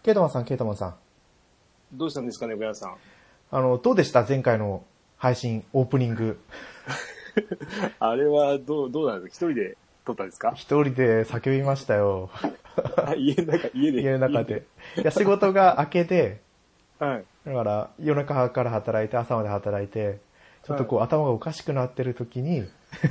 ケイタマンさん、ケイタマンさん。 どうしたんですかね、小屋さん。 どうでした前回の配信、オープニング。 あれはどうなんですか？一人で撮ったんですか？ 一人で叫びましたよ。 家の中で。いや、仕事が明けて、 はい。 だから夜中から働いて、朝まで働いて、ちょっとこう、頭がおかしくなってる時に、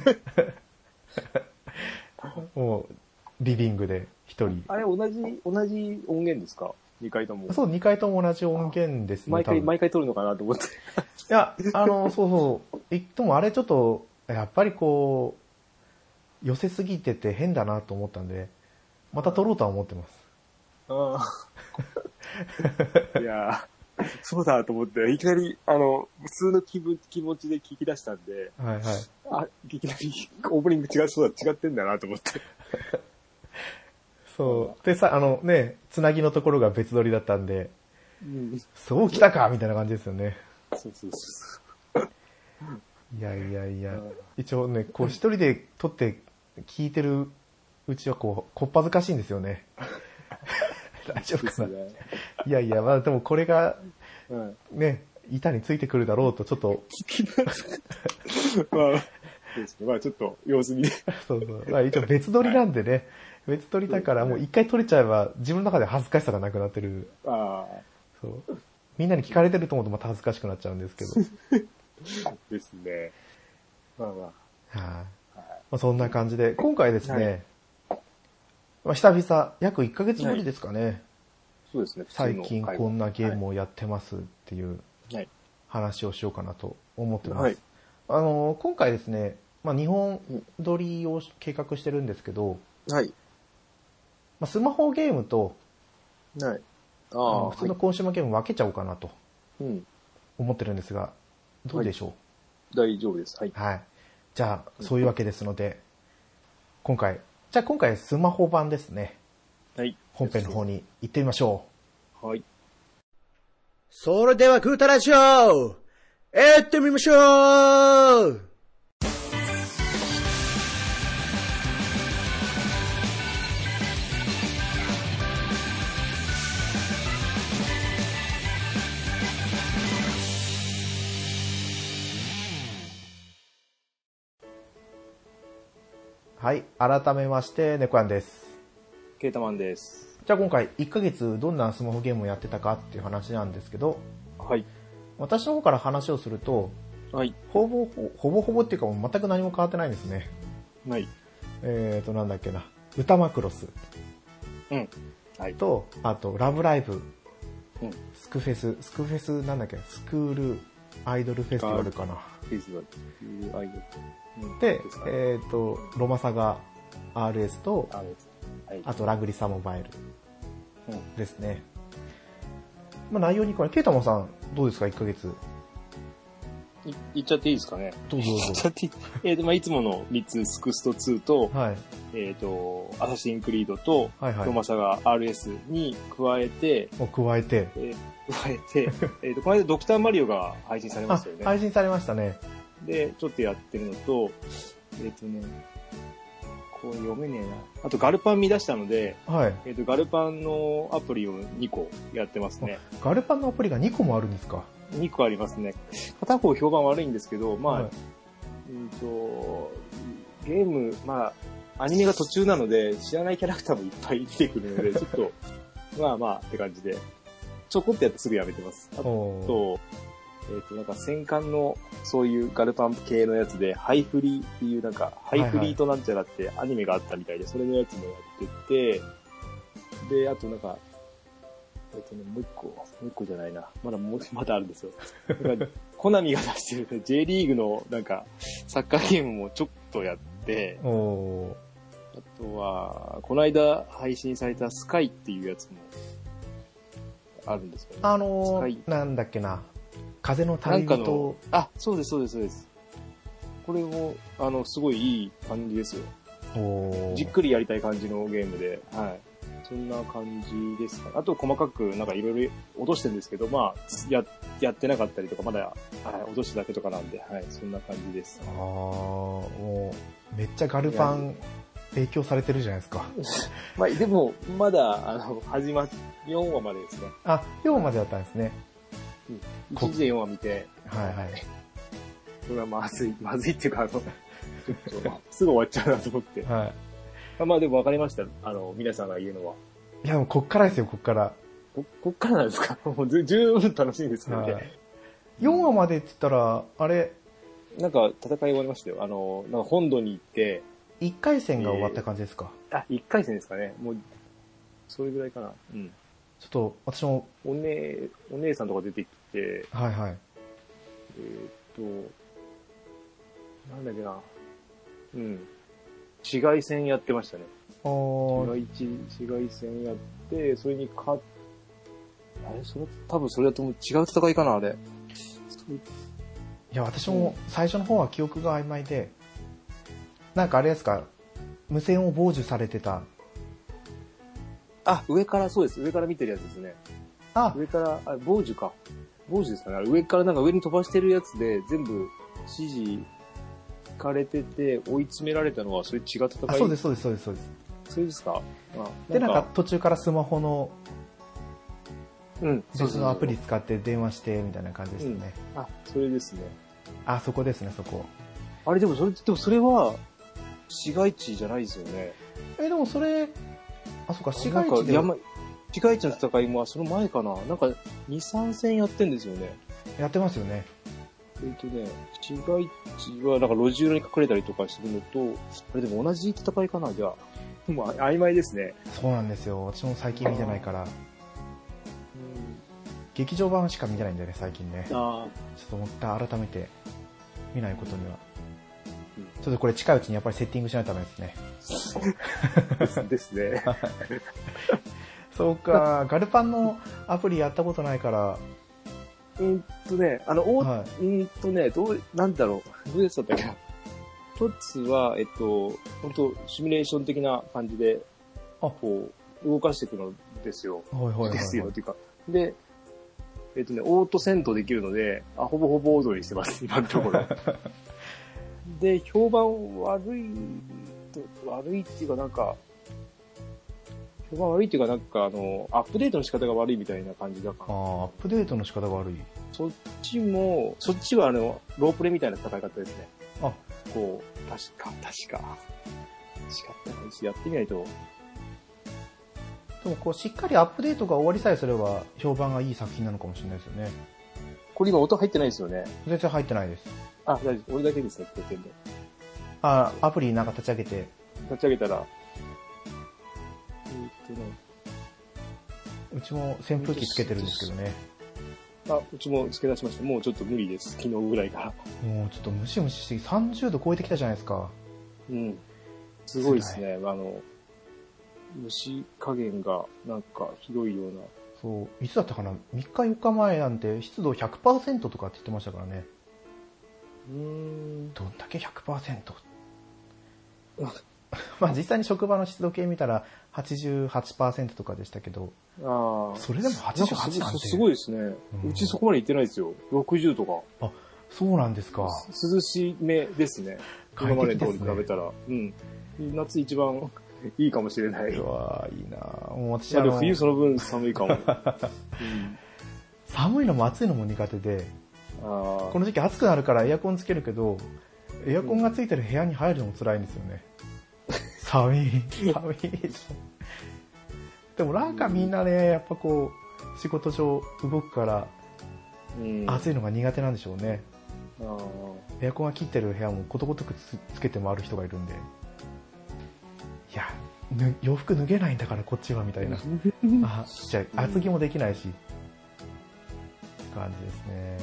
もう、リビングで一人。 あれ、同じ音源ですか？2回とも。 そう、2回とも同じ音源ですね。 毎回撮るのかなと思って。 いや、そうそう。言ってもあれちょっと、やっぱりこう、寄せすぎてて変だなと思ったんで、また撮ろうとは思ってます。 ああ。いやそうだと思って、いきなり、普通の気持ちで聞き出したんで、 はいはい。 いきなりオープニング違ってんだなと思って。 そう。でさ、つなぎのところが別撮りだったんで、 うん、 そう来たかみたいな感じですよね。 そう。 いや。一応ね、こう一人で撮って聞いてるうちはこう、こっぱずかしいんですよね。大丈夫かな、ね、いや、まあでもこれが、ね、板についてくるだろうと、ちょっと。 まあちょっと様子見で。 そう。まあ一応別撮りなんでね、別撮りだからもう一回撮れちゃえば自分の中で恥ずかしさがなくなってる。そう。みんなに聞かれてると思うとまた恥ずかしくなっちゃうんですけど。 ですね。まあ。 はい。まあそんな感じで、今回ですね、まあ久々、約1ヶ月ぶりですかね。 そうですね。 最近こんなゲームをやってますっていう話をしようかなと思ってます。今回ですね、まあ日本撮りを計画してるんですけど、まあスマホゲームと、普通のコンシューマーゲーム分けちゃおうかなと思ってるんですが、どうでしょう？大丈夫です。はい。 じゃあ、そういうわけですので、今回スマホ版ですね。本編の方に行ってみましょう。 それではグータラジオ行ってみましょう。 はい、改めましてネコヤンです。 ケータマンです。 じゃあ今回1ヶ月どんなスマホゲームをやってたかっていう話なんですけど、私の方から話をすると、ほぼっていうかもう全く何も変わってないんですね。なんだっけな、歌マクロス。と、あと、ラブライブ。スクフェスなんだっけ、スクールアイドルフェスティバルかな。で、ロマサガ RS と、あとラグリサモバイルですね。まあ内容にこれ、ケイタマさんどうですか1ヶ月。 言っちゃっていいですかね。 どうぞ。 まあいつもの3つ、スクスト2と、アサシンクリードと、ロマサガ RS に加えて、この間ドクターマリオが配信されましたよね。 配信されましたね。 で、ちょっとやってるのと、こう読めねえな。あとガルパン見出したので、ガルパンのアプリを2個やってますね。 ガルパンのアプリが2個もあるんですか ？2個ありますね。片方評判悪いんですけど、まあ、ゲーム、まあ、アニメが途中なので、知らないキャラクターもいっぱい出てくるので、ちょっと、まあって感じで、ちょこっとやってすぐやめてます。あと、なんか戦艦のそういうガルパン系のやつで、ハイフリーっていうなんか、ハイフリーとなんちゃらってアニメがあったみたいで、それのやつもやってて、で、あとなんか、もう一個じゃないな。まだあるんですよ。コナミが出してる J リーグのなんか、サッカーゲームもちょっとやって、あとは、この間配信されたスカイっていうやつもあるんですよね。 なんだっけな。風の旅人。 そうです。これも、すごいいい感じですよ。じっくりやりたい感じのゲームで、そんな感じですか。あと細かくなんかいろいろ落としてるんですけど、まあ、やってなかったりとか、まだ、落としただけとかなんで、そんな感じです。 もう、めっちゃガルパン影響されてるじゃないですか。 まあ、でも、まだ、4話までですね。 あ、4話までだったんですね。 うん。1時で4話見て、 はいはい。 これはまずいっていうか、ちょっと、すぐ終わっちゃうなと思って。 はい。 まあでも分かりました。皆さんが言うのは。 いや、もうこっからですよ、こっから。 こっからなんですか？もう十分楽しいですね。はい、 4話までって言ったら、あれ、 なんか戦い終わりましたよ。なんか本土に行って、 1回戦が終わった感じですか？ 1回戦ですかね。もう、それぐらいかな。うん。 ちょっと、私も。 お姉さんとか出てきて、 はいはい。 なんだっけな。うん。市街戦やってましたね。市街戦やって、それに多分それだと思う。違う戦いかな、あれ。 いや、私も最初の方は記憶が曖昧で、なんかあれですか、無線を傍受されてた。 上から、そうです。上から見てるやつですね。上から、傍受か。傍受ですかね。上からなんか上に飛ばしてるやつで、全部指示聞かれてて、追い詰められたのは、それ違う戦い。 そうです。それですか。 で、なんか途中からスマホの、 別のアプリ使って電話してみたいな感じですね。 それですね。 そこですね、そこ。 あれでもそれは市街地じゃないですよね。 でもそれ、そうか、市街地で。 市街地の戦いもその前かな。なんか2、3戦やってんですよね。 やってますよね。 市街地はなんか路地裏に隠れたりとかするのと、あれでも同じ戦いかな、じゃあ。曖昧ですね。 そうなんですよ。私も最近見てないから。劇場版しか見てないんだよね、最近ね。ちょっともった改めて見ないことには。ちょっとこれ近いうちにやっぱりセッティングしないとダメですね。 ですね。 そうか、ガルパンのアプリやったことないから。 なんだろう。どうやつだったっけな。一つは、本当シミュレーション的な感じで、こう、動かしていくのですよ。ですよ、っていうか。で、オート戦闘できるので、ほぼほぼ踊りしてます、今のところ。で、評判悪いっていうかなんか、アップデートの仕方が悪いみたいな感じだから。 アップデートの仕方が悪い。 そっちはロープレみたいな戦い方ですね。こう、確か。やってみないと。 でもこうしっかりアップデートが終わりさえすれば評判がいい作品なのかもしれないですよね。 これ今音入ってないですよね。 全然入ってないです。 大丈夫。俺だけですね、全部。 アプリなんか立ち上げて。 立ち上げたら。 うちも扇風機つけてるんですけどね。 うちもつけ出しました。もうちょっと無理です。昨日ぐらいから。 もうちょっとムシムシして30度超えてきたじゃないですか。 すごいですね。虫加減がなんかひどいような。 そう、いつだったかな ?3 日4日前なんて湿度 100% とかって言ってましたからね。どんだけ 100%？ まあ実際に職場の湿度計見たら 88% とかでしたけど、それでも88なんてすごいですね。うちそこまで行ってないですよ。60とか。 そうなんですか。 涼しめですね。今までの通り比べたら。夏一番いいかもしれない。 うわいいなもう私冬その分寒いかも。 寒いのも暑いのも苦手で、この時期暑くなるからエアコンつけるけど、エアコンがついてる部屋に入るのも辛いんですよね。寒い。でもなんかみんなね、やっぱこう、仕事上動くから、暑いのが苦手なんでしょうね。エアコンが切ってる部屋もことごとくつけて回る人がいるんで、いや、洋服脱げないんだからこっちはみたいな。じゃあ厚着もできないし、って感じですね。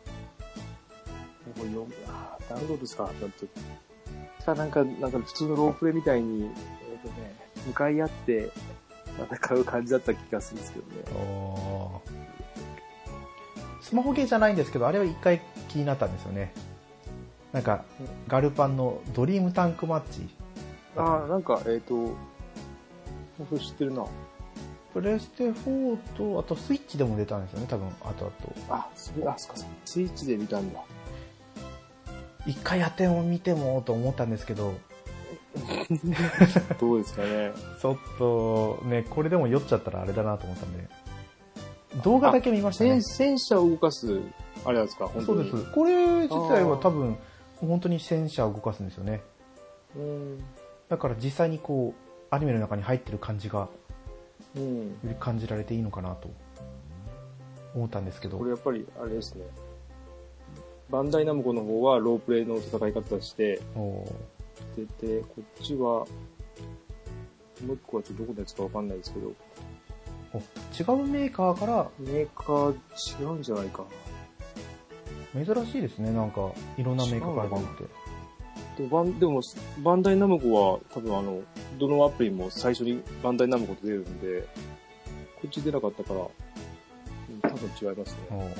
ダウンロードですか、ちゃんと。なんか普通のロープレみたいに、向かい合って戦う感じだった気がするんですけどね。 スマホゲーじゃないんですけど、あれは一回気になったんですよね。なんか、ガルパンのドリームタンクマッチ。 なんか、知ってるな。 プレステ4と、あとスイッチでも出たんですよね、多分、後々。 そっか、スイッチで見たんだ。 一回やってみてもと思ったんですけど、 どうですかね。 ちょっと、ね、これでも酔っちゃったらあれだなと思ったんで。動画だけ見ましたね。 戦車を動かす、あれなんですか、本当に。 そうです。これ自体は多分、本当に戦車を動かすんですよね。だから実際にこう、アニメの中に入ってる感じが、より感じられていいのかなと思ったんですけど。 これやっぱり、あれですね。バンダイナムコの方はロープレイの戦い方して、で、こっちは、もう一個はちょっとどこのやつかわかんないですけど。 違うメーカーから。 メーカー違うんじゃないか。 珍しいですね、なんか、いろんなメーカーから出て。 でも、バンダイナムコは多分どのアプリも最初にバンダイナムコと出るんで、こっち出なかったから、多分違いますね。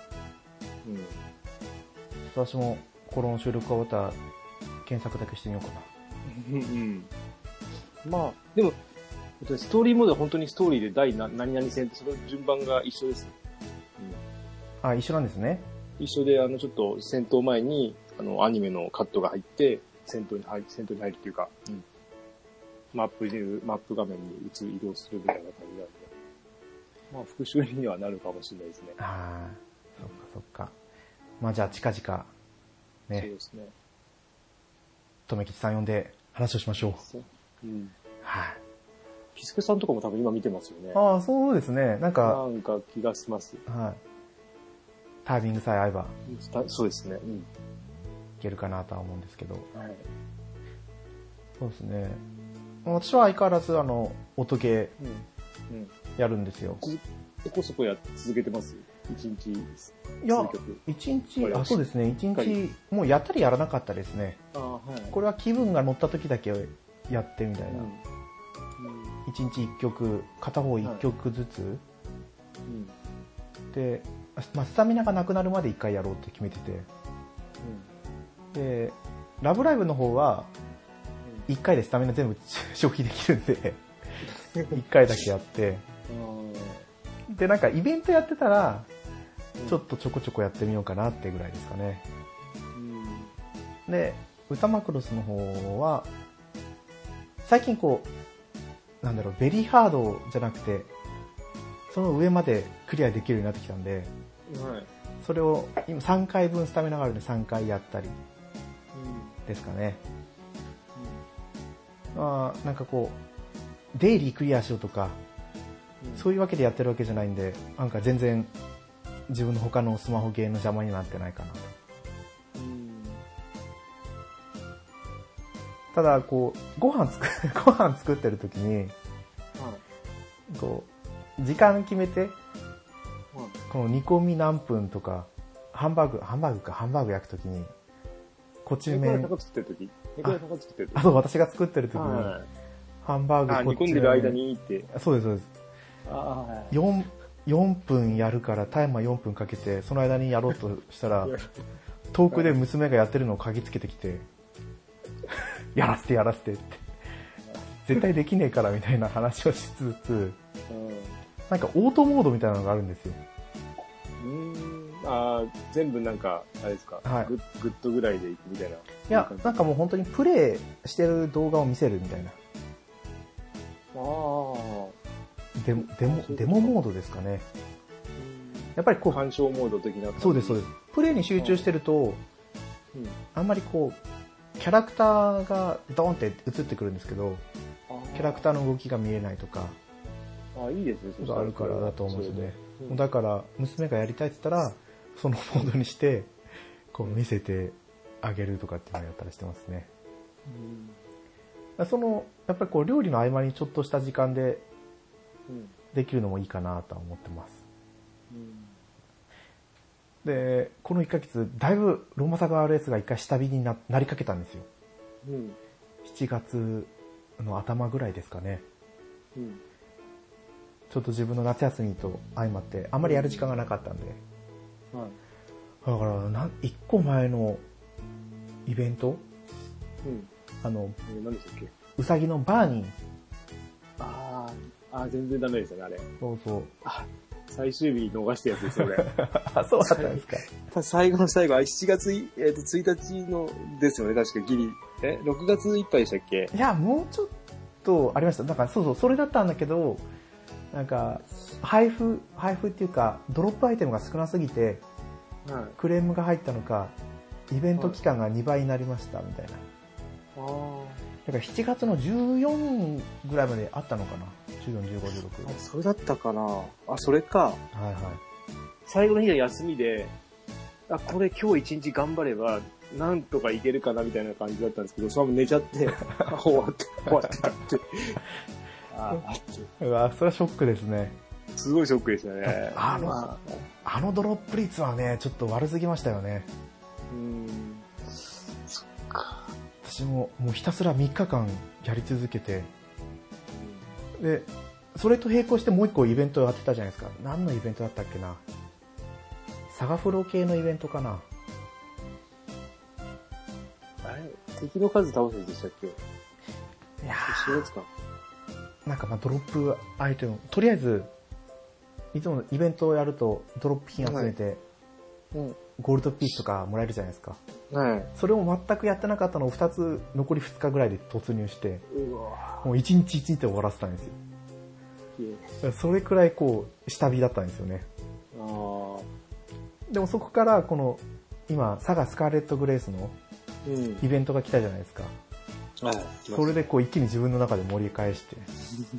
私も、この収録が終わったら、検索だけしてみようかな。まあ、でも、ストーリーモードは本当にストーリーで第何々戦ってその順番が一緒です。 一緒なんですね。 一緒で、ちょっと戦闘前に、アニメのカットが入って、戦闘に入るっていうか、マップ画面に移動するみたいな感じなんで、まあ、復習にはなるかもしれないですね。 そっかそっか。まあ、じゃあ、近々、ね。 そうですね。 とめきちさん呼んで話をしましょう。 ピスケさんとかも多分今見てますよね。 そうですね。なんか気がします。 タイミングさえ合えば。 そうですね。いけるかなとは思うんですけど。そうですね。私は相変わらず音ゲーやるんですよ。 そこそこ続けてます？一日。 いや、一日、そうですね。一日、もうやったりやらなかったですね。これは気分が乗った時だけやってみたいな。一日一曲、片方一曲ずつ。で、まあ、スタミナがなくなるまで一回やろうって決めてて。で、ラブライブの方は、一回でスタミナ全部消費できるんで、一回だけやって。で、なんかイベントやってたら、ちょっとちょこちょこやってみようかなってぐらいですかね。で、歌マクロスの方は、最近こう、なんだろう、ベリーハードじゃなくて、その上までクリアできるようになってきたんで、それを今3回分スタミナがあるんで3回やったりですかね。なんかこう、デイリークリアしようとか、そういうわけでやってるわけじゃないんで、なんか全然自分の他のスマホゲーの邪魔になってないかなと。ただこうご飯作ってる時に、こう時間決めて、この煮込み何分とかハンバーグ焼く時にこっち麺私が作ってる時にハンバーグ煮込んでる間にって。 そうですそうです。4分やるからタイマー4分かけてその間にやろうとしたら遠くで娘がやってるのを嗅ぎつけてきてやらせてって絶対できねえからみたいな話をしつつ、なんかオートモードみたいなのがあるんですよ。 全部なんかあれですか、グッドぐらいでいくみたいな。いや、なんかもう本当にプレイしてる動画を見せるみたいな。デモモードですかね。やっぱりこう鑑賞モード的な。 そうですそうです。プレイに集中してると、あんまりこうキャラクターがドーンって映ってくるんですけど、キャラクターの動きが見えないとか、 いいですね。 があるからだと思うんですね。だから娘がやりたいって言ったらそのモードにしてこう見せてあげるとかっていうのをやったりしてますね。やっぱりこう料理の合間にちょっとした時間でできるのもいいかなとは思ってます。で、この1ヶ月だいぶローマサガ RS が一回下火に なりかけたんですよ。7月の頭ぐらいですかね。ちょっと自分の夏休みと相まってあんまりやる時間がなかったんで、だから1個前のイベント、 何でしたっけ、 うさぎのバーニー。全然ダメですよね、あれ。 そうそう。 最終日逃したやつですよね。 そうだったんですか。 最後の最後、7月1日のですよね、確かギリ。 6月いっぱいでしたっけ？ いや、もうちょっとありました。なんかそうそう、それだったんだけど、なんか、配布っていうか、ドロップアイテムが少なすぎて、 はい、 クレームが入ったのか、イベント期間が2倍になりました、みたいな。だから7月の14ぐらいまであったのかな。14、15、16。 それだったかな。それか。 はいはい。 最後の日が休みで、これ今日一日頑張れば、なんとかいけるかなみたいな感じだったんですけど、そのまま寝ちゃって、終わったって。 うわ、それはショックですね。 すごいショックでしたね。 あのドロップ率はね、ちょっと悪すぎましたよね。 そっか。 私もうひたすら3日間やり続けて、で、それと並行してもう一個イベントをやってたじゃないですか。何のイベントだったっけな。サガフロ系のイベントかな。 敵の数倒すんでしたっけ？いやー、ですか？ なんかドロップアイテム、とりあえず、いつものイベントをやるとドロップ品集めて、ゴールドピースとかもらえるじゃないですか。 はい。 それを全くやってなかったのを2つ、残り2日ぐらいで突入して、もう1日1日で終わらせたんですよ。それくらい下火だったんですよね。でもそこから今、サガスカーレットグレースのイベントが来たじゃないですか。それで一気に自分の中で盛り返して。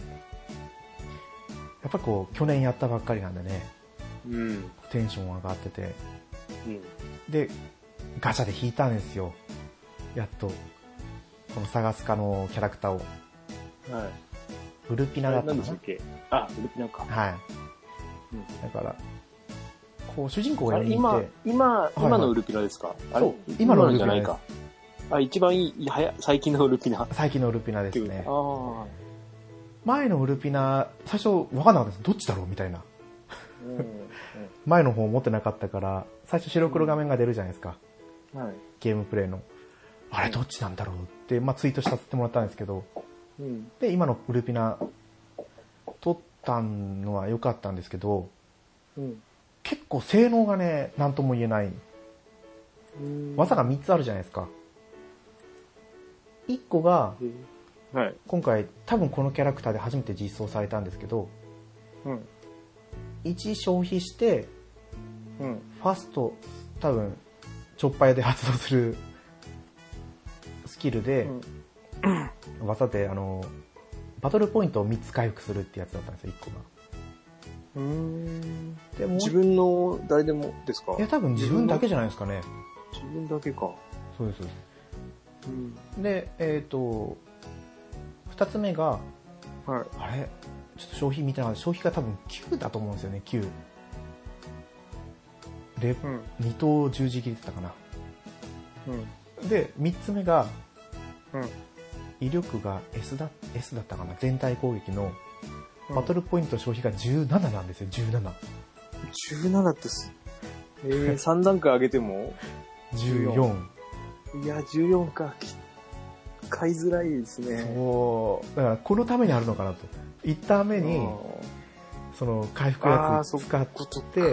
やっぱ去年やったばっかりなんでね、テンション上がってて、で、ガチャで引いたんですよ。やっと。このサガスカのキャラクターを。ウルピナだったかな。 何でしたっけ？ウルピナか。 はい。だから、主人公が4人いて。 今のウルピナですか？ そう、今のウルピナじゃないか。一番いい、最近のウルピナ。 最近のウルピナですね。前のウルピナ、最初分かんなかったです。どっちだろうみたいな。前の方持ってなかったから、最初白黒画面が出るじゃないですか。ゲームプレイの。あれどっちなんだろうって、ツイートさせてもらったんですけど。で、今のウルピナ、撮ったのは良かったんですけど、結構性能がね、なんとも言えない。技が3つあるじゃないですか。1個が、今回多分このキャラクターで初めて実装されたんですけど、1消費して、ファスト、多分、ちょっぱいで発動するスキルで、技でバトルポイントを3つ回復するってやつだったんですよ、1個が。 でも自分の誰でもですか？ いや、多分自分だけじゃないですかね。 自分だけか。 そうです。で、2つ目が、あれちょっと消費見てなかった。消費が多分9だと思うんですよね、9。で、2等十字切りって言ったかな。で、3つ目が、威力が S だったかな。全体攻撃のバトルポイント消費が17なんですよ、17。 17って3段階上げても 14。 いや、14か。買いづらいですね。 そう。だから、このためにあるのかなと。1ターン目に、その、回復やつ使って、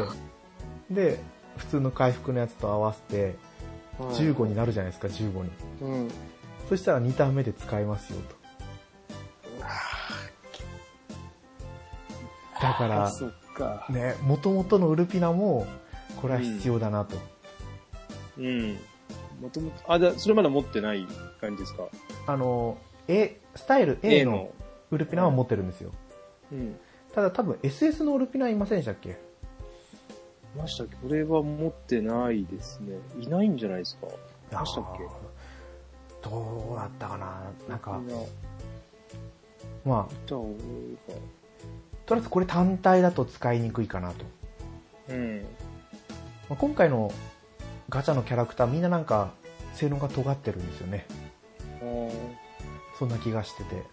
で、普通の回復のやつと合わせて、15になるじゃないですか、15に。そしたら2ターン目で使えますよ、と。だから、ね、元々のウルピナも、これは必要だなと。 じゃあ、それまだ持ってない感じですか？ スタイル A のウルピナは持ってるんですよ。ただ多分 SS のウルピナいませんでしたっけ？ いましたっけ？これは持ってないですね。いないんじゃないですか？いましたっけ？ どうだったかな？なんか、とりあえずこれ単体だと使いにくいかなと。今回のガチャのキャラクターみんななんか性能が尖ってるんですよね。そんな気がしてて。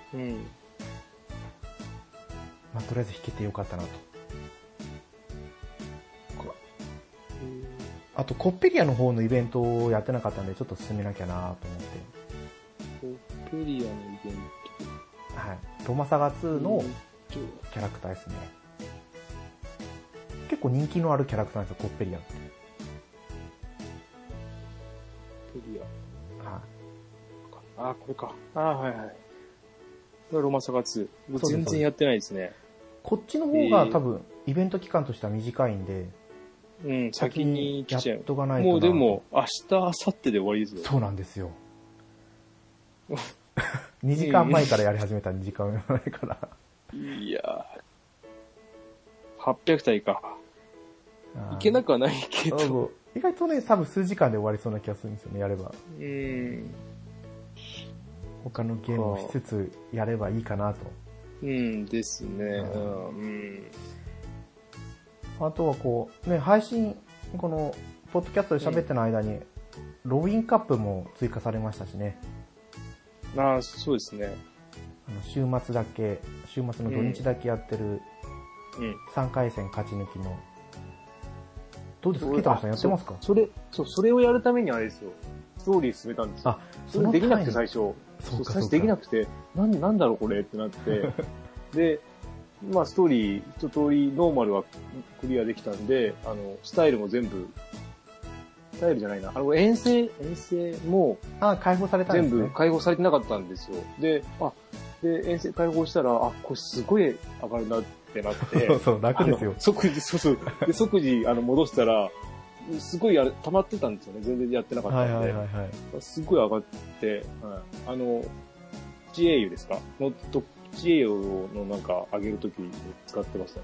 とりあえず弾けてよかったなと。あとコッペリアの方のイベントをやってなかったんでちょっと進めなきゃなと思って。 コッペリアのイベント？はい。ロマサガ2のキャラクターですね。結構人気のあるキャラクターなんですよ、コッペリアって。 あ、これか。あ、はいはい。これロマサガ2。全然やってないですね。 こっちの方が多分、イベント期間としては短いんで、 うん、先に来ちゃう。 やっとかないとな。 もうでも、明日、明後日で終わりですよ。 そうなんですよ。2時間前からやり始めた、2時間前から。 いやー、800体か。いけなくはないけど。 意外とね、多分数時間で終わりそうな気がするんですよね、やれば。他のゲームをしつつやればいいかなと。 うんですね。 あとはこう、ね、配信、この、ポッドキャストで喋ってる間に、ロビンカップも追加されましたしね。 ああ、そうですね。 週末の土日だけやってる、3回戦勝ち抜きの。どうですか、ケイタマさんやってますか？ それをやるためにあれですよ。ストーリー進めたんですよ。あ、それできなくて最初。最初できなくて、なんだろうこれってなって。で、まあストーリー、一通りノーマルはクリアできたんで、スタイルも全部、スタイルじゃないな。遠征も、 解放されたんですね。 全部解放されてなかったんですよ。で、遠征解放したら、これすごい上がるなってなって。 そう、楽ですよ。 即時、戻したら、すごい溜まってたんですよね。全然やってなかったんで。すごい上がって、知恵油ですか知恵油のなんか上げるときに使ってました。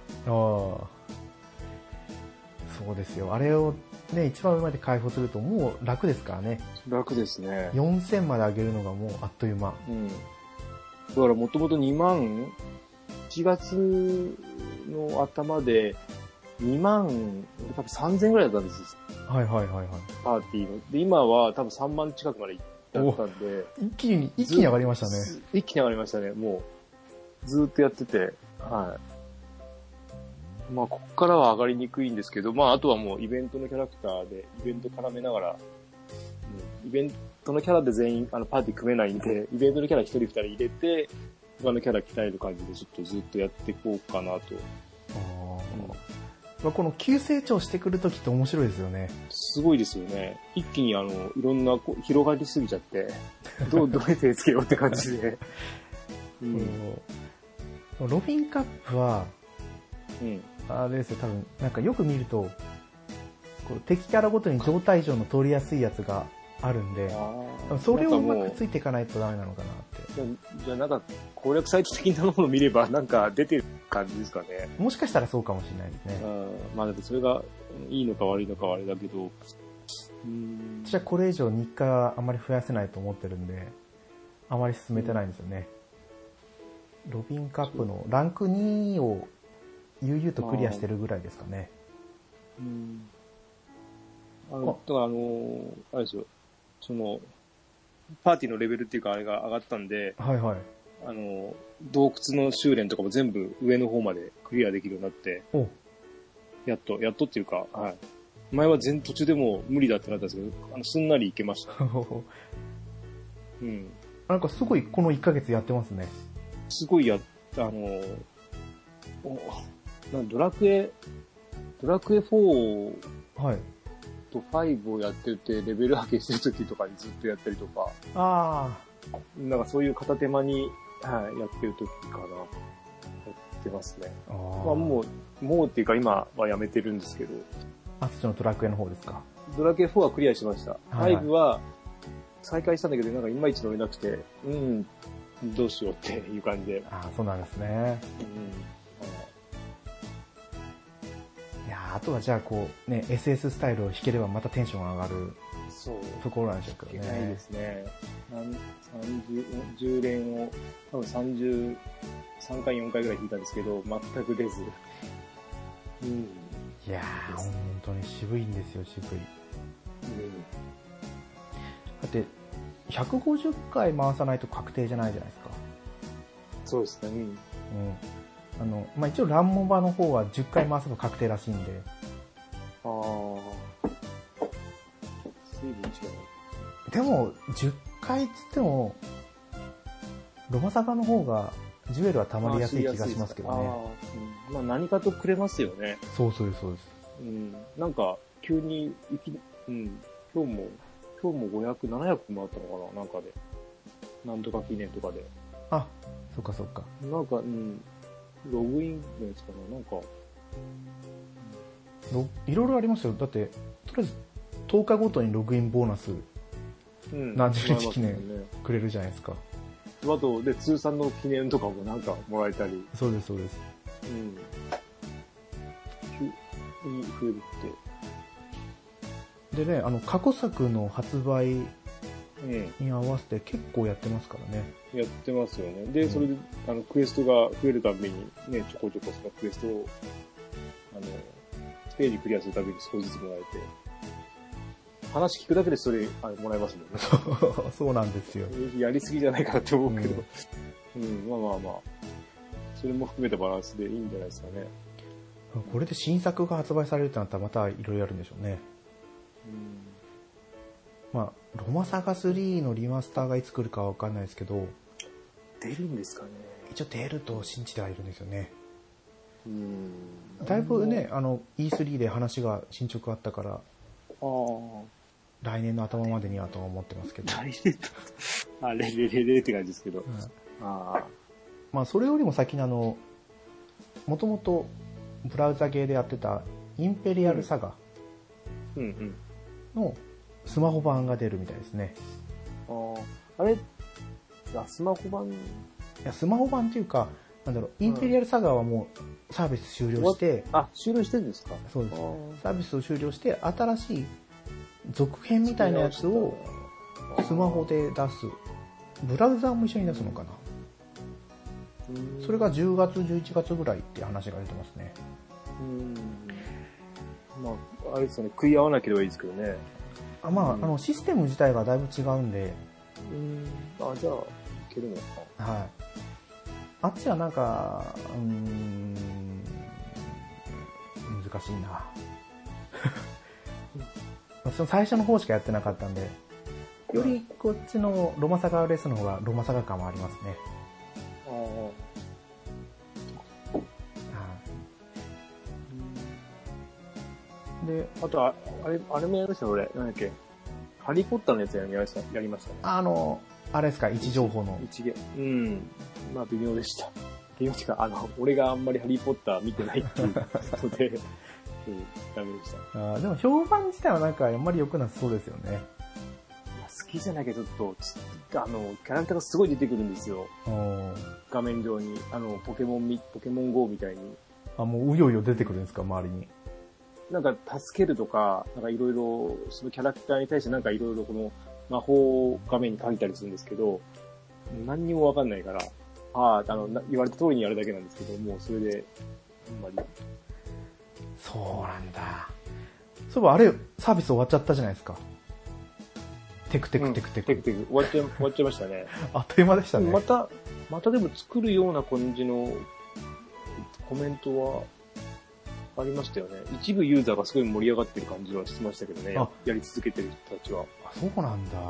そうですよ。あれをね、一番上まで解放するともう楽ですからね。 楽ですね。 4000まで上げるのがもうあっという間。 だからもともと2万、1月の頭で2万、多分3000ぐらいだったんです。パーティーの。で、今は多分3万近くまで行ったんで。 一気に上がりましたね。 一気に上がりましたね。もう、ずーっとやってて。はい。まあ、こっからは上がりにくいんですけど、まあ、あとはもうイベントのキャラクターで、イベント絡めながら、イベントのキャラで全員、パーティー組めないんで、イベントのキャラ1人2人入れて、他のキャラ鍛える感じで、ちょっとずっとやっていこうかなと。 この急成長してくるときって面白いですよね。 すごいですよね。一気にいろんな広がりすぎちゃって、どれ手つけようって感じで。 ロビンカップは、あれですよ、多分、なんかよく見ると、敵キャラごとに状態上の通りやすいやつがあるんで、それをうまくついていかないとダメなのかなって。 じゃあなんか攻略サイト的なものを見ればなんか出てる感じですかね。 もしかしたらそうかもしれないですね。 まあでもそれがいいのか悪いのかはあれだけど。 私はこれ以上日課はあまり増やせないと思ってるんで、あまり進めてないんですよね。ロビンカップのランク2を悠々とクリアしてるぐらいですかね。 だからあれですよ。パーティーのレベルっていうかあれが上がったんで、洞窟の修練とかも全部上の方までクリアできるようになって、やっとっていうか、はい。前は途中でもう無理だってなったんですけど、すんなりいけました。 なんかすごいこの1ヶ月やってますね。 すごいドラクエ4、と5をやってて、レベル上げしてる時とかにずっとやったりとか。なんかそういう片手間に、やってる時かな。やってますね。まあもうっていうか今はやめてるんですけど。 そっちのドラクエの方ですか？ ドラクエ4はクリアしました。5は再開したんだけど、なんかいまいち乗れなくて、どうしようっていう感じで。 そうなんですね。あとはじゃあSS スタイルを弾ければまたテンションが上がるところなんでしょうけどね。 ないですね。10連を多分33回4回ぐらい弾いたんですけど、全く出ず。 いやー、本当に渋いんですよ、渋い。だって、150回回さないと確定じゃないじゃないですか。 そうですね。 一応ランモバの方は10回回せば確定らしいんで。 随分違う。 でも、10回っつっても、ロマサガの方が、ジュエルは溜まりやすい気がしますけどね。 まあ何かとくれますよね。 そうです。 なんか、急に今日も500、700回ったのかななんかで。 なんとか記念とかで。 あ、そっかそっか。 なんか、ログインのやつかな、なんか。 いろいろありますよ。だって、とりあえず10日ごとにログインボーナス、何十日記念くれるじゃないですか。 あと、で、通算の記念とかもなんかもらえたり。 そうです、そうです。 増えるって。 でね、過去作の発売に合わせて結構やってますからね。 やってますよね。で、それで、クエストが増えるたびに、ね、ちょこちょこそのクエストを、ステージクリアするたびに少しずつもらえて、話聞くだけでそれ、もらえますもんね。 そうなんですよ。 やりすぎじゃないかなって思うけど、まあまあまあ、それも含めたバランスでいいんじゃないですかね。 これで新作が発売されるってなったらまたいろいろあるんでしょうね。まあ、ロマサガ3のリマスターがいつ来るかはわかんないですけど、 出るんですかね。 一応出ると信じてはいるんですよね。だいぶね、E3 で話が進捗あったから、来年の頭までにはとは思ってますけど。 来年と、レって感じですけど。 まあ、それよりも先にもともとブラウザゲーでやってたインペリアルサガのスマホ版が出るみたいですね。 あれスマホ版？いや、スマホ版っていうか、なんだろう、インペリアルサガはもうサービス終了して、 終了してるんですか？ そうです。サービスを終了して、新しい続編みたいなやつをスマホで出す。ブラウザーも一緒に出すのかな。それが10月、11月ぐらいって話が出てますね。 まあ、あれですよね、食い合わなければいいですけどね。 まあ、システム自体がだいぶ違うんで。 じゃあ、いけるのか。 はい。あっちはなんか、難しいな。その最初の方しかやってなかったんで、よりこっちのロマサガレースの方がロマサガ感はありますね。 で、あとあれもやりましたね、俺。なんだっけ。ハリーポッターのやつやりましたね。 あれですか、位置情報の。 まあ、微妙でした。微妙っていうか、俺があんまりハリーポッター見てないっていうことで、ダメでした。 でも評判自体はなんかあんまり良くなさそうですよね。 好きじゃなきゃちょっと、キャラクターがすごい出てくるんですよ。画面上に。ポケモン GO みたいに。 もううようよ出てくるんですか、周りに。 なんか助けるとか、なんかいろいろ、そのキャラクターに対してなんかいろいろこの魔法を画面に書いたりするんですけど、何にもわかんないから、言われた通りにやるだけなんですけど、もうそれで、あんまり。 そうなんだ。そういえばあれ、サービス終わっちゃったじゃないですか。テクテク。 終わっちゃいましたね。 あっという間でしたね。 またでも作るような感じのコメントはありましたよね。一部ユーザーがすごい盛り上がってる感じはしてましたけどね。やり続けてる人たちは。 そうなんだ。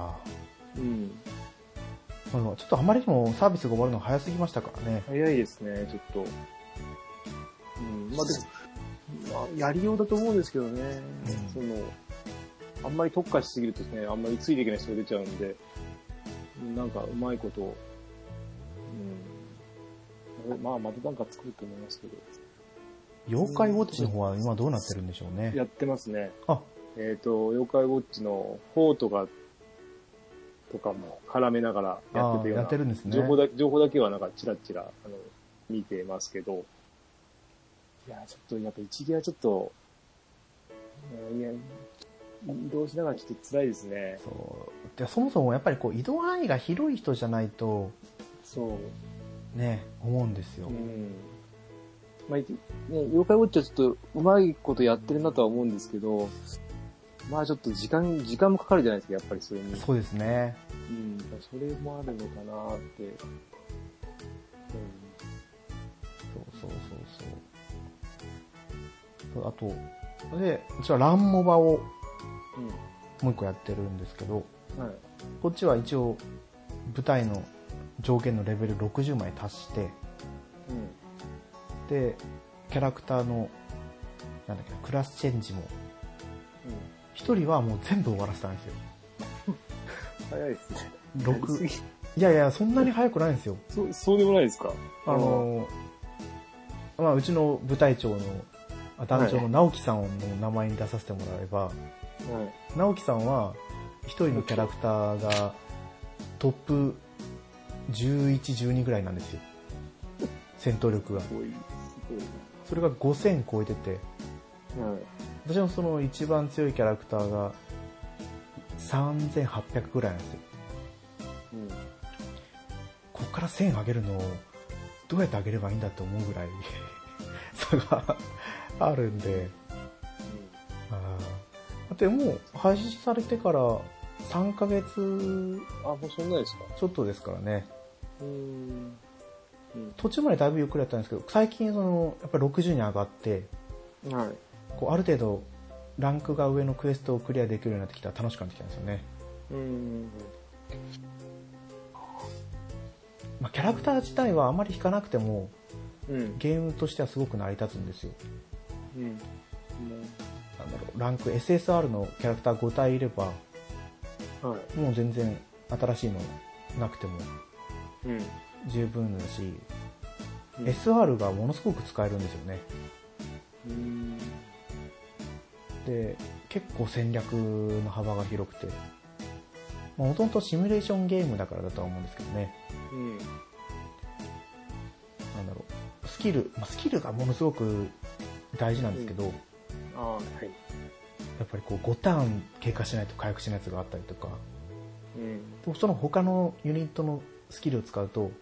ちょっとあまりにもサービスが終わるの早すぎましたからね。 早いですね、ちょっと。まあでも、やりようだと思うんですけどね。あんまり特化しすぎるとね、あんまりついていけない人が出ちゃうんで、なんかうまいこと、またなんか作ると思いますけど。 妖怪ウォッチの方は今どうなってるんでしょうね。 やってますね。妖怪ウォッチの4とかも絡めながらやっててような。 やってるんですね。 情報だけはなんかチラチラ、見てますけど。いや、ちょっと、やっぱ一芸はちょっと、移動しながらちょっと辛いですね。 でそもそもやっぱり移動範囲が広い人じゃないと、ね、思うんですよ。 まあ、ね、妖怪ウォッチはちょっとうまいことやってるなとは思うんですけど、まあちょっと時間もかかるじゃないですか、やっぱりそれに。そうですね。それもあるのかなって。 あと、で、うちはランモバをもう一個やってるんですけど、こっちは一応舞台の上限のレベル60まで達して、で、キャラクターの、クラスチェンジも、一人はもう全部終わらせたんですよ。 早いですね。 いやいや、そんなに早くないんですよ。 そうでもないですか。 まあ、うちの部隊長の、団長の直樹さんの名前に出させてもらえば、直樹さんは、一人のキャラクターがトップ11、12ぐらいなんですよ。戦闘力が。それが5000超えてて、私のその一番強いキャラクターが3800ぐらいなんですよ。こっから1000上げるのをどうやって上げればいいんだって思うぐらい差があるんで、でもう配信されてから3ヶ月もうそんなですかちょっとですからね。途中までだいぶゆっくりやったんですけど、最近やっぱり60に上がって、こうある程度ランクが上のクエストをクリアできるようになってきたら楽しくなってきたんですよね。まあ、キャラクター自体はあんまり引かなくても、ゲームとしてはすごく成り立つんですよ。なんだろう、ランク SSR のキャラクター5体いれば、もう全然新しいのなくても十分だし、SR がものすごく使えるんですよね。で、結構戦略の幅が広くて、もともとシミュレーションゲームだからだとは思うんですけどね。なんだろう、スキルがものすごく大事なんですけど、やっぱりこう5ターン経過しないと回復しないやつがあったりとか、その他のユニットのスキルを使うと、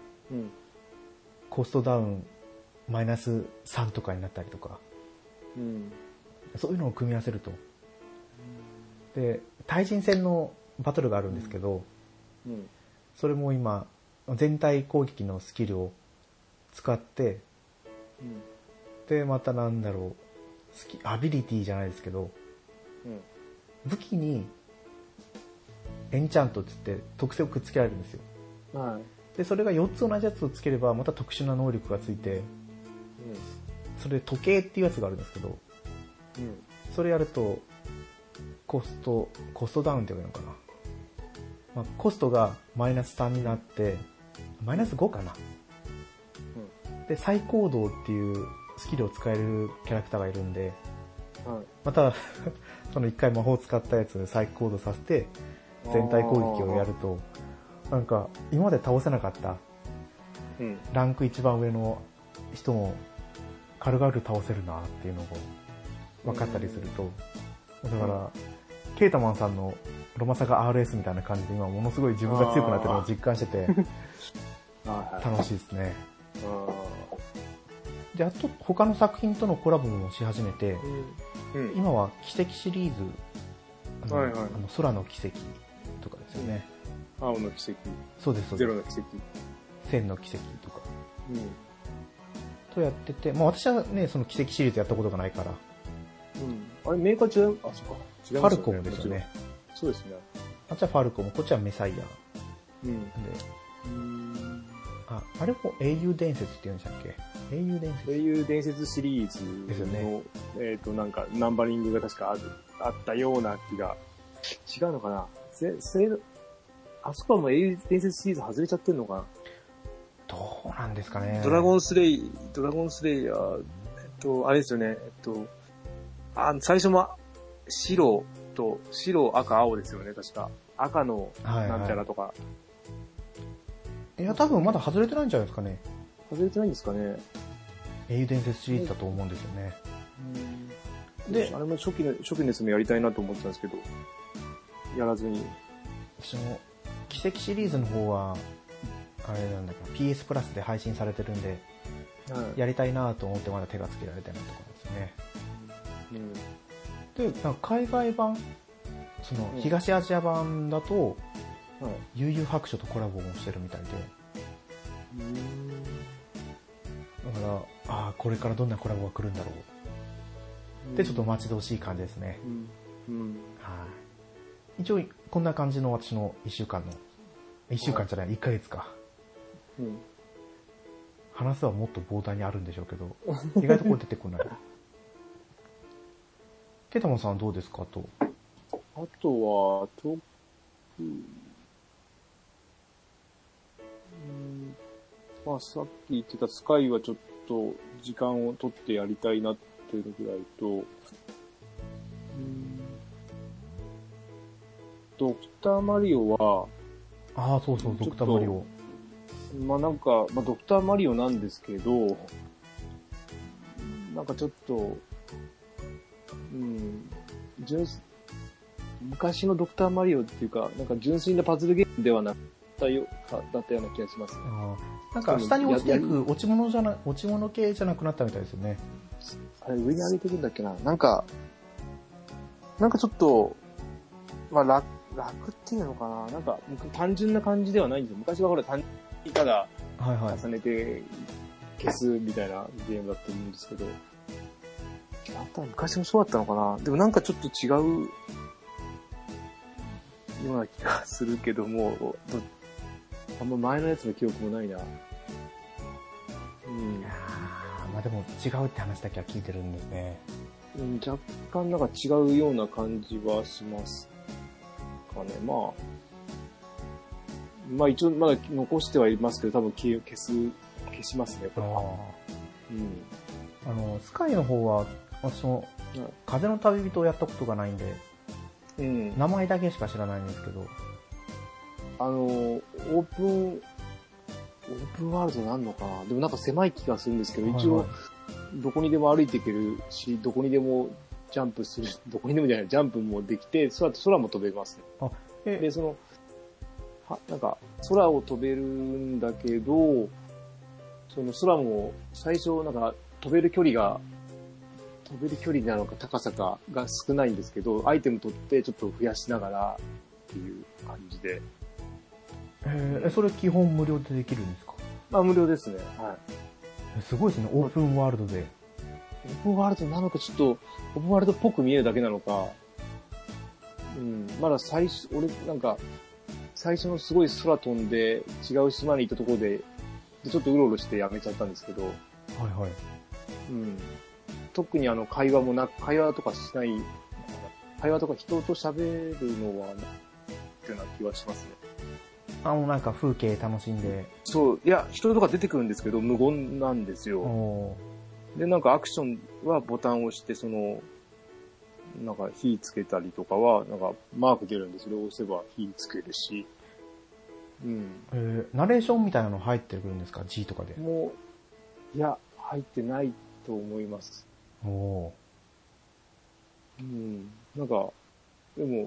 コストダウンマイナス3とかになったりとか、そういうのを組み合わせると、で対人戦のバトルがあるんですけど、それも今全体攻撃のスキルを使って、でまたなんだろう、アビリティじゃないですけど、武器にエンチャントって言って特性をくっつけられるんですよ。でそれが4つ同じやつをつければまた特殊な能力がついて、それで時計っていうやつがあるんですけど、それやるとコストダウンって言うのかな、まあ、コストがマイナス3になってマイナス5かな、で再行動っていうスキルを使えるキャラクターがいるんで、またその1回魔法を使ったやつで再行動させて全体攻撃をやると、なんか今まで倒せなかった、ランク一番上の人も軽々倒せるなっていうのが分かったりすると、だからケータマンさんのロマサガ RS みたいな感じで今ものすごい自分が強くなってるのを実感してて楽しいですね。で、あと他の作品とのコラボもし始めて、今は奇跡シリーズ、空の奇跡とかですよね。 青の奇跡。そうです、ゼロの奇跡。 千の奇跡とか。とやってて、まあ私はね、その奇跡シリーズやったことがないから。 あれ、メーカー違う？あ、そっか。違いますよね。ファルコムですよね。 そうですね。 あっちはファルコム、こっちはメサイア。で、あれも英雄伝説って言うんでしたっけ？英雄伝説？ 英雄伝説シリーズの、ですよね。なんか、ナンバリングが確かあったような気が、違うのかな？あそこはもう英雄伝説シリーズ外れちゃってんのかな？ どうなんですかね。 ドラゴンスレイヤー、あれですよね、最初も白、赤、青ですよね、確か。赤のなんちゃらとか。 いや、多分まだ外れてないんじゃないですかね。 外れてないんですかね。 英雄伝説シリーズだと思うんですよね。 で、あれも初期のやつもやりたいなと思ってたんですけど、やらずに。 その、奇跡シリーズの方は、あれなんだか PS プラスで配信されてるんで、やりたいなと思ってまだ手がつけられてないところですね。で、なんか海外版、その東アジア版だと、悠々白書とコラボもしてるみたいで、だからこれからどんなコラボが来るんだろうで、ちょっと待ち遠しい感じですね。一応こんな感じの私の1週間じゃない、1ヶ月か。話はもっと膨大にあるんでしょうけど、意外とこう出てこない。ケタモンさんはどうですかと。 あとは、 まあさっき言ってたスカイはちょっと時間を取ってやりたいなっていうぐらいと、ドクターマリオは、 ああ、そうそう、ドクターマリオ。 まあなんか、まあドクターマリオなんですけど、なんかちょっと、昔のドクターマリオっていうか、なんか純粋なパズルゲームではなかったような気がします、ね。 なんか下に落ちていく落ち物系じゃなくなったみたいですよね。 あれ上に上げていくんだっけな。なんかちょっと、まあ楽っていうのかな。なんか単純な感じではないんですよ。昔はほら単純にただ重ねて消すみたいなゲームだと思うんですけど、昔もそうだったのかな。でもなんかちょっと違うような気がするけども、あんま前のやつの記憶もないな。 いやまあでも違うって話だけは聞いてるんですね。 若干なんか違うような感じはしますかね。まあ一応まだ残してはいますけど、多分消しますね、これは。 スカイの方は、風の旅人をやったことがないんで、名前だけしか知らないんですけど。 オープンワールドなんのかな。でもなんか狭い気がするんですけど、一応、どこにでも歩いていけるし、どこにでもジャンプする、どこにでもじゃない、ジャンプもできて、空も飛べますね。で、なんか、空を飛べるんだけど、その空も、最初、なんか、飛べる距離なのか高さかが少ないんですけど、アイテム取ってちょっと増やしながらっていう感じで。 それ基本無料でできるんですか？ 無料ですね。はい。 すごいですね、オープンワールドで。 オープンワールドなのかちょっと、オープンワールドっぽく見えるだけなのか、まだ俺なんか、最初のすごい空飛んで違う島に行ったところで、ちょっとうろうろしてやめちゃったんですけど。特に会話とかしない、会話とか人と喋るのは、っていうような気はしますね。 なんか風景楽しんで。 そう、いや、人とか出てくるんですけど、無言なんですよ。で、なんかアクションはボタンを押して、なんか火つけたりとかは、なんかマーク出るんで、それを押せば火つけるし。 ナレーションみたいなの入ってくるんですか？ G とかで。 いや、入ってないと思います。なんか、でも、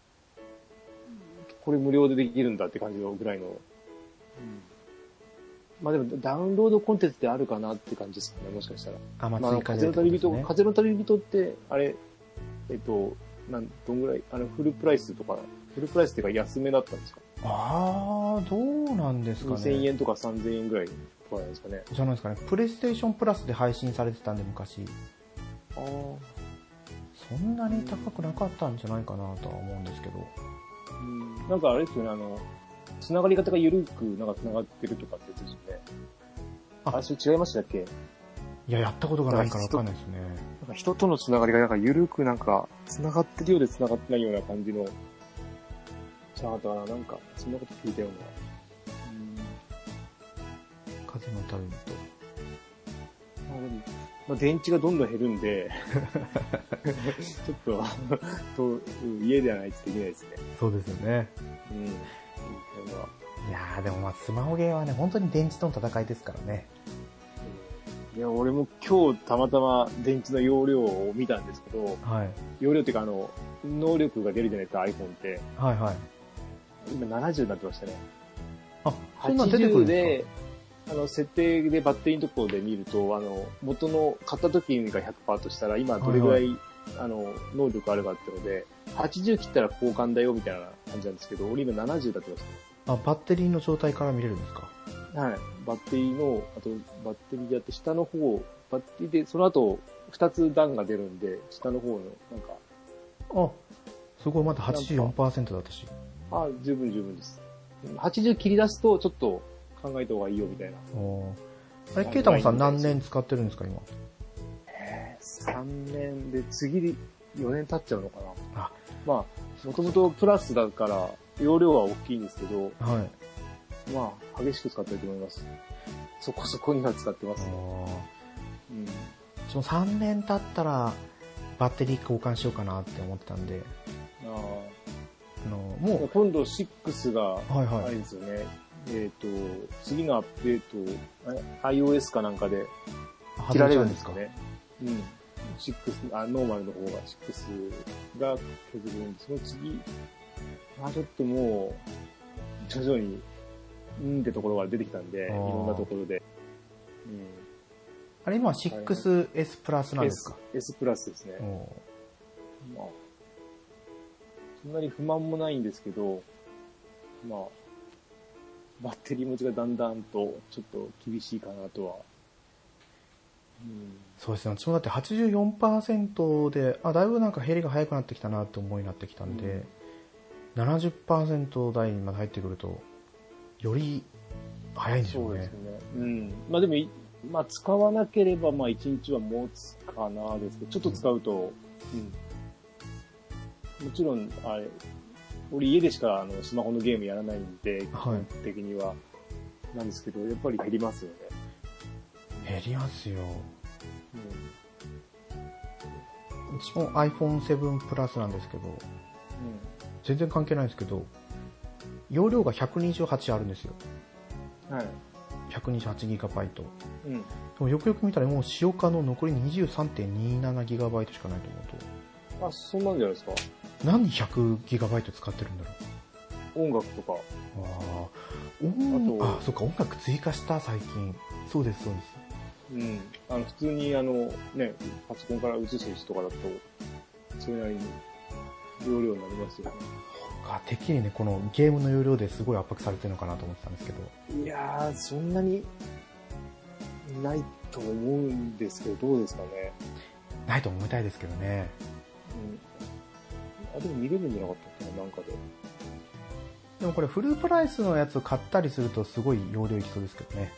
これ無料でできるんだって感じのぐらいの。まあでもダウンロードコンテンツであるかなって感じですかね、もしかしたら。風の旅人って、あれ、どんぐらい、フルプライスっていうか安めだったんですか？ どうなんですかね。 2000円とか3000円ぐらいとかなんですかね。 じゃないですかね。プレイステーションプラスで配信されてたんで、昔。そんなに高くなかったんじゃないかなとは思うんですけど。 なんかあれですよね、繋がり方が緩くなんか繋がってるとかってやつですよね。それ違いましたっけ？ いや、やったことがないからわかんないですね。 なんか人との繋がりがなんか緩くなんか繋がってるようで繋がってないような感じの、じゃあだからなんかそんなこと聞いたような。 風の旅人。 電池がどんどん減るんで、ちょっと家ではないとできないですね。 そうですよね。いやーでもスマホゲーはね、本当に電池との戦いですからね。 いや、俺も今日たまたま電池の容量を見たんですけど、容量っていうか能力が出るじゃないですか、iPhone って。今70になってましたね。 そんな出てくるんですか？設定でバッテリーのところで見ると、元の買った時が 100% としたら、今どれぐらい、能力あるかっていうので、80切ったら交換だよみたいな感じなんですけど、俺今70だってました。 バッテリーの状態から見れるんですか？ はい。バッテリーの、あと、バッテリーでやって下の方、バッテリーで、その後、2つ段が出るんで、下の方の、なんか。 すごい、まだ 84% だったし。 十分です。80切り出すと、ちょっと考えた方がいいよみたいな。 あれ、ケイタマさん何年使ってるんですか、今。 3年で、次4年経っちゃうのかな。もともとプラスだから、容量は大きいんですけど、 まあ、激しく使ってると思います。そこそこには使ってますね。 うん。その3年経ったら、バッテリー交換しようかなって思ってたんで。 もう今度6があれですよね。はいはい、次のアップデート、iOS かなんかで切られるんですかね。うん。ノーマルの方が6が削れるんで、その次、まあちょっともう、徐々に、ってところが出てきたんで、いろんなところで。 うん、あれ今は 6S プラスなんですか？ S プラスですね。まあ、そんなに不満もないんですけど、まあ、バッテリー持ちがだんだんとちょっと厳しいかなとは。 そうですね。私もだって 84% で、だいぶなんか減りが早くなってきたなって思いになってきたんで、70% 台にまで入ってくると、より早いんでしょうね。 そうですね。まあでも、まあ使わなければまあ1日は持つかなですけど、ちょっと使うと、もちろん、俺家でしかスマホのゲームやらないんで、基本的には、なんですけど、やっぱり減りますよね。 減りますよ。うちも iPhone7 プラスなんですけど、全然関係ないんですけど、容量が128あるんですよ。はい。128GB。でもよくよく見たらもう使用可能残り 23.27GB しかないと思うと。そんなんじゃないですか。 何 100GB 使ってるんだろう。音楽とか。 そっか、音楽追加した最近。そうです、そうです。 普通にね、パソコンから映す人とかだと、それなりに容量になりますよね。 てっきりね、このゲームの容量ですごい圧迫されてるのかなと思ってたんですけど。 いやー、そんなにないと思うんですけど、どうですかね。 ないと思いたいですけどね。 でも見れるんじゃなかったっけな、なんかで。 でもこれフルプライスのやつを買ったりするとすごい容量いきそうですけどね。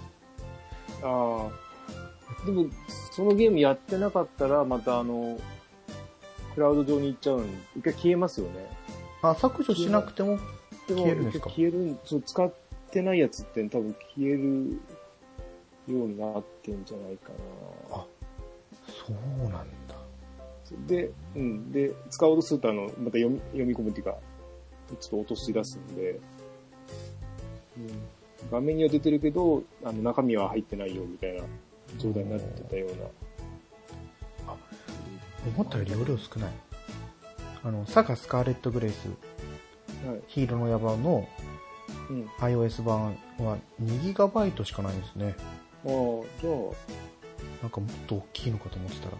でも、そのゲームやってなかったら、またクラウド上に行っちゃうんで、一回消えますよね。 削除しなくても消えるんですか？ 消える、使ってないやつって多分消えるようになってんじゃないかな。 そうなんだ。 で、で、使おうとするとまた読み込むっていうか、ちょっと落とし出すんで、画面には出てるけど、中身は入ってないよみたいな状態になってたような。 思ったより容量少ない。サガスカーレットグレイス、ヒーローの野蛮の iOS 版は 2GB しかないんですね。 じゃあ。 なんかもっと大きいのかと思ってたら。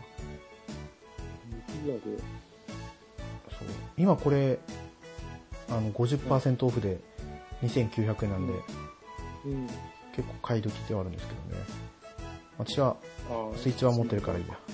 そう。今これ、50% オフで2900円なんで、結構買い時ではあるんですけどね。私はスイッチは持ってるからいいや。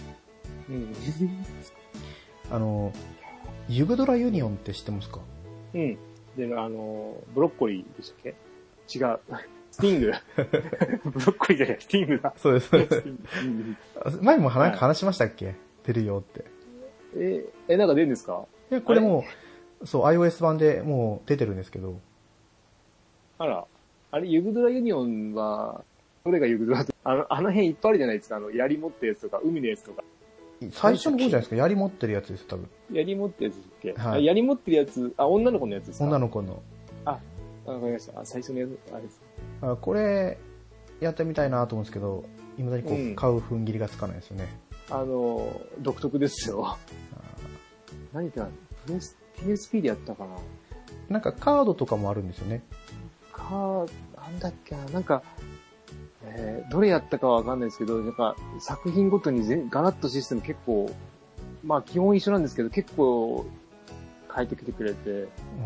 ユグドラユニオンって知ってますか？ で、ブロッコリーでしたっけ？違う。スティング。ブロッコリーじゃない、スティングだ。 そうです、そうです。前も話しましたっけ？出るよって。 なんか出るんですか？ いや、これもう、そう、iOS 版でもう出てるんですけど。 あら。あれ、ユグドラユニオンは、どれがユグドラって、あの辺いっぱいあるじゃないですか。槍持ってるやつとか、海のやつとか。 最初の方じゃないですか。槍持ってるやつです、多分。 槍持ってるやつだっけ？はい。槍持ってるやつ、女の子のやつですか？ 女の子の。 わかりました。最初のやつ、あれです。 これ、やってみたいなと思うんですけど、未だにこう、買う踏ん切りがつかないですよね。 独特ですよ。何か、PSP でやったかな？ なんかカードとかもあるんですよね。 なんだっけな、なんか、どれやったかはわかんないですけど、なんか作品ごとにガラッとシステム結構、まあ基本一緒なんですけど、結構変えてきてくれて、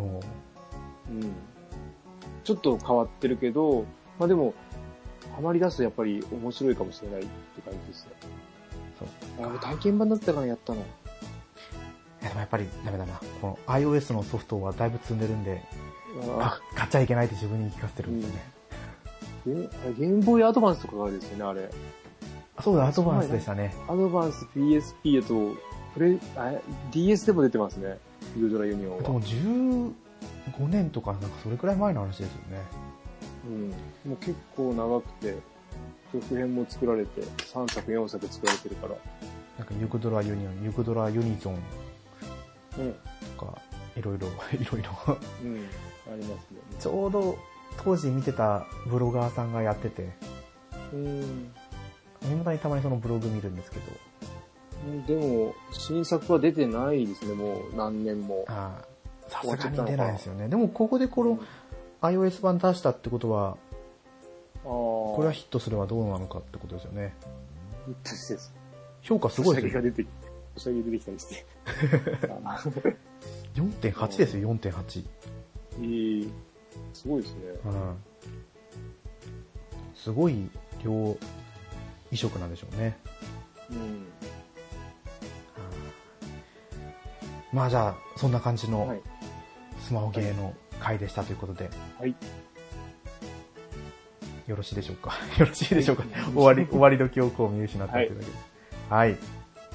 ちょっと変わってるけど、まあでも、ハマり出すとやっぱり面白いかもしれないって感じですね。そう。体験版だったからやったの。 でもやっぱりダメだな。この iOS のソフトはだいぶ積んでるんで、買っちゃいけないって自分に言い聞かせてるんですよね。 ゲームボーイアドバンスとかがですよね、あれ。 そうだ、アドバンスでしたね。 アドバンス PSP だと、DS でも出てますね。ユードラユニオンは。 でも15年とか、なんかそれくらい前の話ですよね。 うん。もう結構長くて、続編も作られて、3作4作作られてるから。 なんかユグドラユニオン、ユグドラユニゾン。 うん。 とか、いろいろ。うん、ありますね。 ちょうど当時見てたブロガーさんがやってて、未だにたまにそのブログ見るんですけど。 でも、新作は出てないですね、もう何年も。 さすがに出ないですよね。でもここでこの iOS 版出したってことは、これはヒットすればどうなのかってことですよね。 ヒットです。 評価すごいですよ。 おしゃぎ出てきたりして。 4.8 ですよ、4.8。 すごいですね。 すごい両異色なんでしょうね。まあじゃあ、そんな感じのスマホゲーの回でしたということで。 はい。 よろしいでしょうか。よろしいでしょうか。終わり時をこう見失ったというだけで。はい。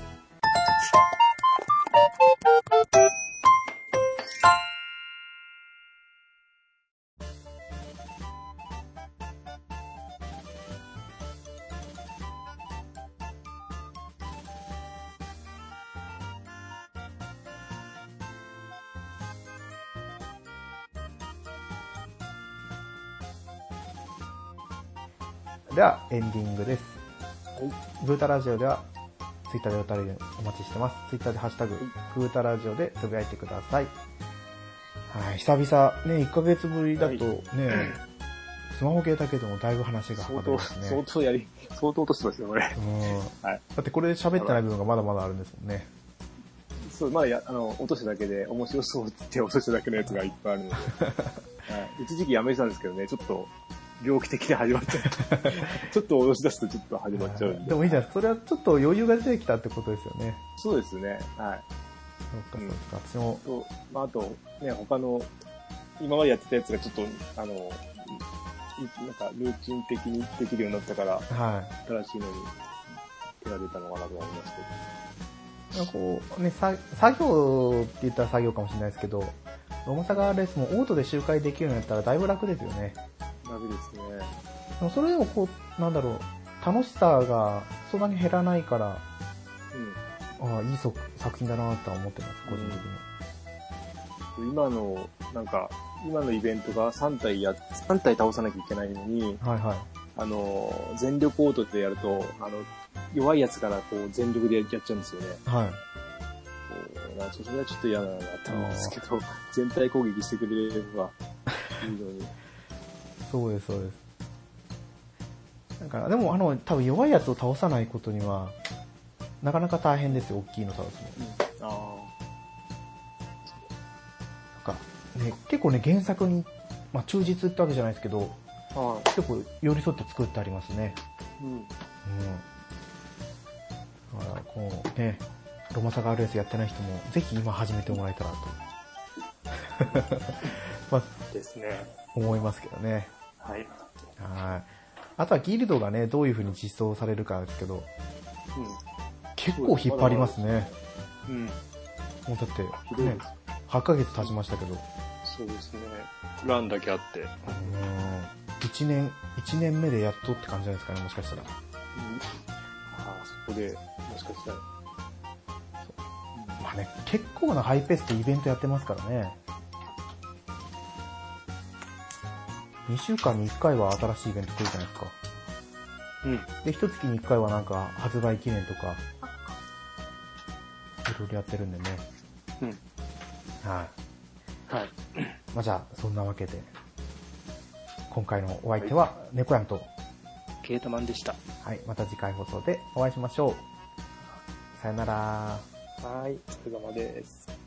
ではエンディングです。グータラジオではツイッターでお便りお待ちしてます。ツイッターでハッシュタググータラジオでつぶやいてください。はい、久々ね、1ヶ月ぶりだとね、スマホ系だけでもだいぶ話がはかどりますね。 相当落としてますよこれ。 はい。だってこれで喋ってない部分がまだまだあるんですもんね。 そう、まだ落としただけで面白そうって落としただけのやつがいっぱいあるので、一時期やめてたんですけどね、ちょっと猟奇的に始まっちゃう。ちょっと下ろし出すとちょっと始まっちゃうんで。 でもいいじゃないですか。それはちょっと余裕が出てきたってことですよね。 そうですね。はい。 そっか。私も。 あと、ね、他の、今までやってたやつがちょっと、なんか、ルーチン的にできるようになったから、新しいのに手が出たのかなと思いますけど。こう、ね、作業って言ったら作業かもしれないですけど、ロマサガ RS もオートで周回できるようになったらだいぶ楽ですよね。 楽ですね。 でもそれでもこう、なんだろう、楽しさがそんなに減らないから、いい作品だなとは思ってます、個人的に。今のイベントが3体倒さなきゃいけないのに、全力オートでやると、弱いやつからこう全力でやっちゃうんですよね。それはちょっと嫌だなと思うんですけど、全体攻撃してくれればいいのに。 そうです。だからでも多分弱いやつを倒さないことにはなかなか大変ですよ、大きいの倒すの。なんかね、結構ね原作に忠実ってわけじゃないですけど、結構寄り添って作ってありますね。だからこうね、ロマサガ RS やってない人もぜひ今始めてもらえたらとですね。 思いますけどね。 はい。 あとはギルドがね、どういう風に実装されるかですけど、結構引っ張りますね。もうだってね、8ヶ月経ちましたけど。 そうですね。ランだけあって。 1年目でやっとって感じじゃないですかね、もしかしたら。 そこで、もしかしたら。 まあね、結構なハイペースでイベントやってますからね。2週間に1回は新しいイベント来るじゃないですか。で、1月に1回はなんか発売記念とか、いろいろやってるんでね。まあじゃあ、そんなわけで、今回のお相手は、猫やんと、 ケータマンでした。 はい、また次回放送でお会いしましょう。さよなら。 はい、お疲れ様です。